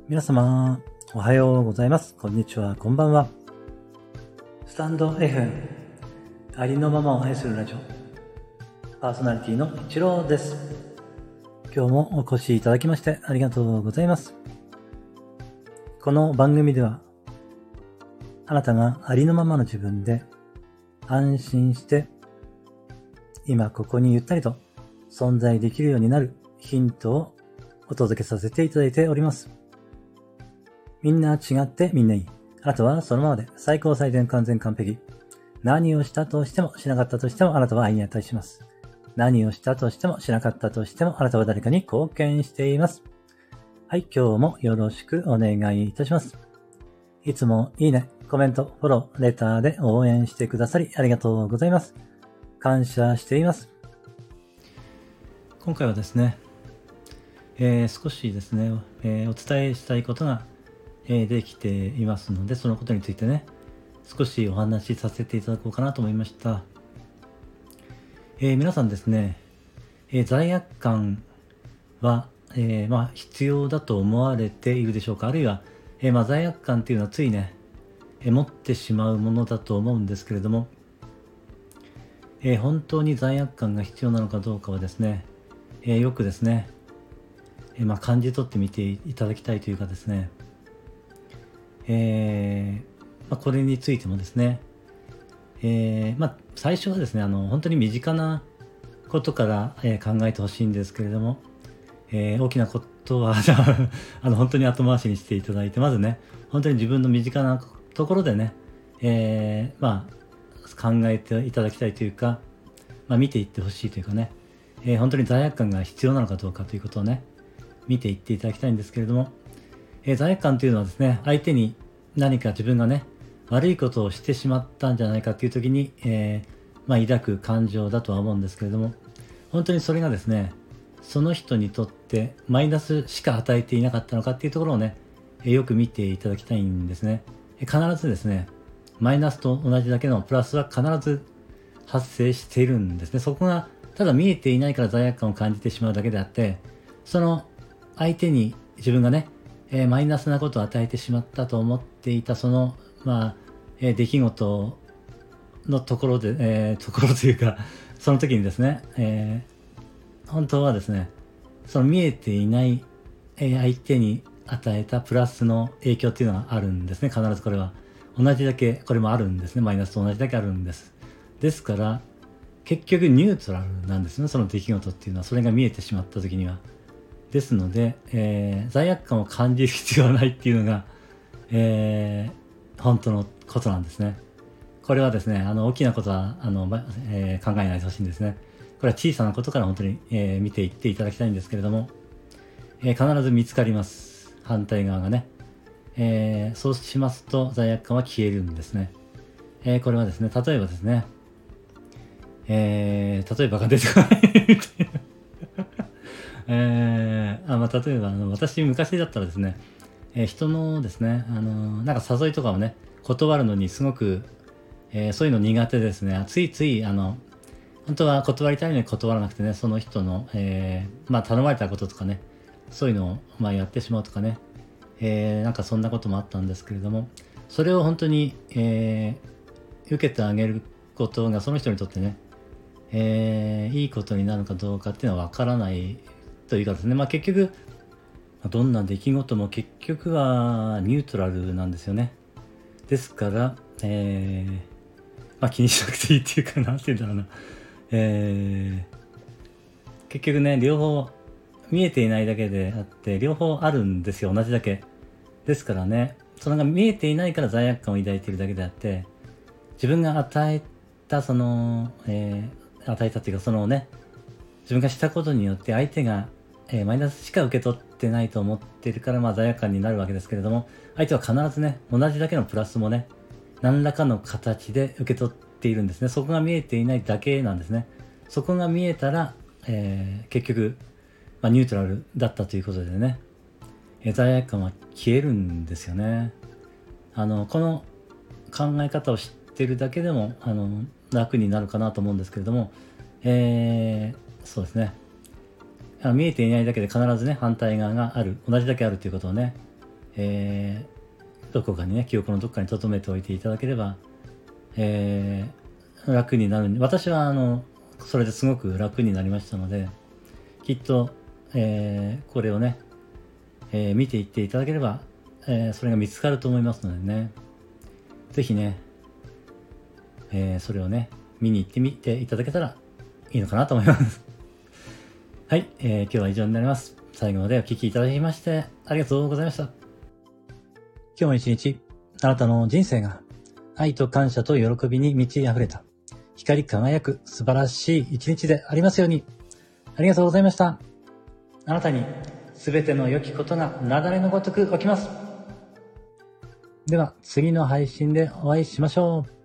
皆様、おはようございます。こんにちは、こんばんは。スタンド FM、ありのままを愛するラジオ、パーソナリティの一郎です。今日もお越しいただきましてありがとうございます。この番組では、あなたがありのままの自分で安心して、今ここにゆったりと存在できるようになるヒントをお届けさせていただいております。みんな違ってみんないい。あなたはそのままで最高最善完全完璧。何をしたとしてもしなかったとしてもあなたは愛に値します。何をしたとしてもしなかったとしてもあなたは誰かに貢献しています。はい、今日もよろしくお願いいたします。いつもいいね、コメント、フォロー、レターで応援してくださりありがとうございます。感謝しています。今回はですね、少しですね、お伝えしたいことができていますので、そのことについてね、少しお話しさせていただこうかなと思いました。皆さんですね、罪悪感は、必要だと思われているでしょうか。あるいは、罪悪感っていうのはついね、持ってしまうものだと思うんですけれども、本当に罪悪感が必要なのかどうかはですね、よくですね、感じ取ってみていただきたいというかですね、これについてもですね、最初はですね、本当に身近なことから、考えてほしいんですけれども、大きなことは本当に後回しにしていただいて、まずね、本当に自分の身近なところでね、考えていただきたいというか、見ていってほしいというかね、本当に罪悪感が必要なのかどうかということをね、見ていっていただきたいんですけれども、罪悪感というのはですね、相手に何か自分がね、悪いことをしてしまったんじゃないかという時に、抱く感情だとは思うんですけれども、本当にそれがですね、その人にとってマイナスしか与えていなかったのかっていうところをね、よく見ていただきたいんですね。必ずですね、マイナスと同じだけのプラスは必ず発生しているんですね。そこがただ見えていないから罪悪感を感じてしまうだけであって、その相手に自分がね、マイナスなことを与えてしまったと思っていたその、出来事のところで、ところというか、その時にですね、本当はですね、その見えていない、相手に与えたプラスの影響っていうのがあるんですね。必ずこれは。同じだけ、これもあるんですね。マイナスと同じだけあるんです。ですから、結局ニュートラルなんですね。その出来事っていうのは、それが見えてしまった時には。ですので、罪悪感を感じる必要はないっていうのが、本当のことなんですね。これはですね、大きなことは考えないでほしいんですね。これは小さなことから本当に、見ていっていただきたいんですけれども、必ず見つかります。反対側がね。そうしますと罪悪感は消えるんですね。これはですね、例えばですね、例えばが出てこない例えば私昔だったらですね、人のですね、なんか誘いとかをね、断るのにすごく、そういうの苦手ですね。ついつい、本当は断りたいのに断らなくてね、その人の、頼まれたこととかね、そういうのを、やってしまうとかね、なんかそんなこともあったんですけれども、それを本当に、受けてあげることがその人にとってね、いいことになるかどうかっていうのはわからないというかですね、結局、どんな出来事も結局はニュートラルなんですよね。ですから、気にしなくていいっていうか、なんて言うんだろうな。結局ね、両方見えていないだけであって、両方あるんですよ、同じだけ。ですからね、それが見えていないから罪悪感を抱いているだけであって、自分が与えたその、与えたっていうかそのね、自分がしたことによって相手が、マイナスしか受け取ってないと思っているから、罪悪感になるわけですけれども、相手は必ずね、同じだけのプラスもね、何らかの形で受け取っているんですね。そこが見えていないだけなんですね。そこが見えたら、結局、ニュートラルだったということでね、罪悪感は消えるんですよね。この考え方を知っているだけでも楽になるかなと思うんですけれども、そうですね。見えていないだけで必ずね、反対側がある、同じだけあるということをね、 どこかにね、記憶のどこかに留めておいていただければ、楽になる。私はそれですごく楽になりましたので、きっと、これをね、見ていっていただければ、それが見つかると思いますのでね、ぜひね、それをね、見に行ってみていただけたらいいのかなと思います。はい、今日は以上になります。最後までお聞きいただきましてありがとうございました。今日も一日、あなたの人生が愛と感謝と喜びに満ち溢れた、光り輝く素晴らしい一日でありますように。ありがとうございました。あなたにすべての良きことが雪崩のごとく起きます。では次の配信でお会いしましょう。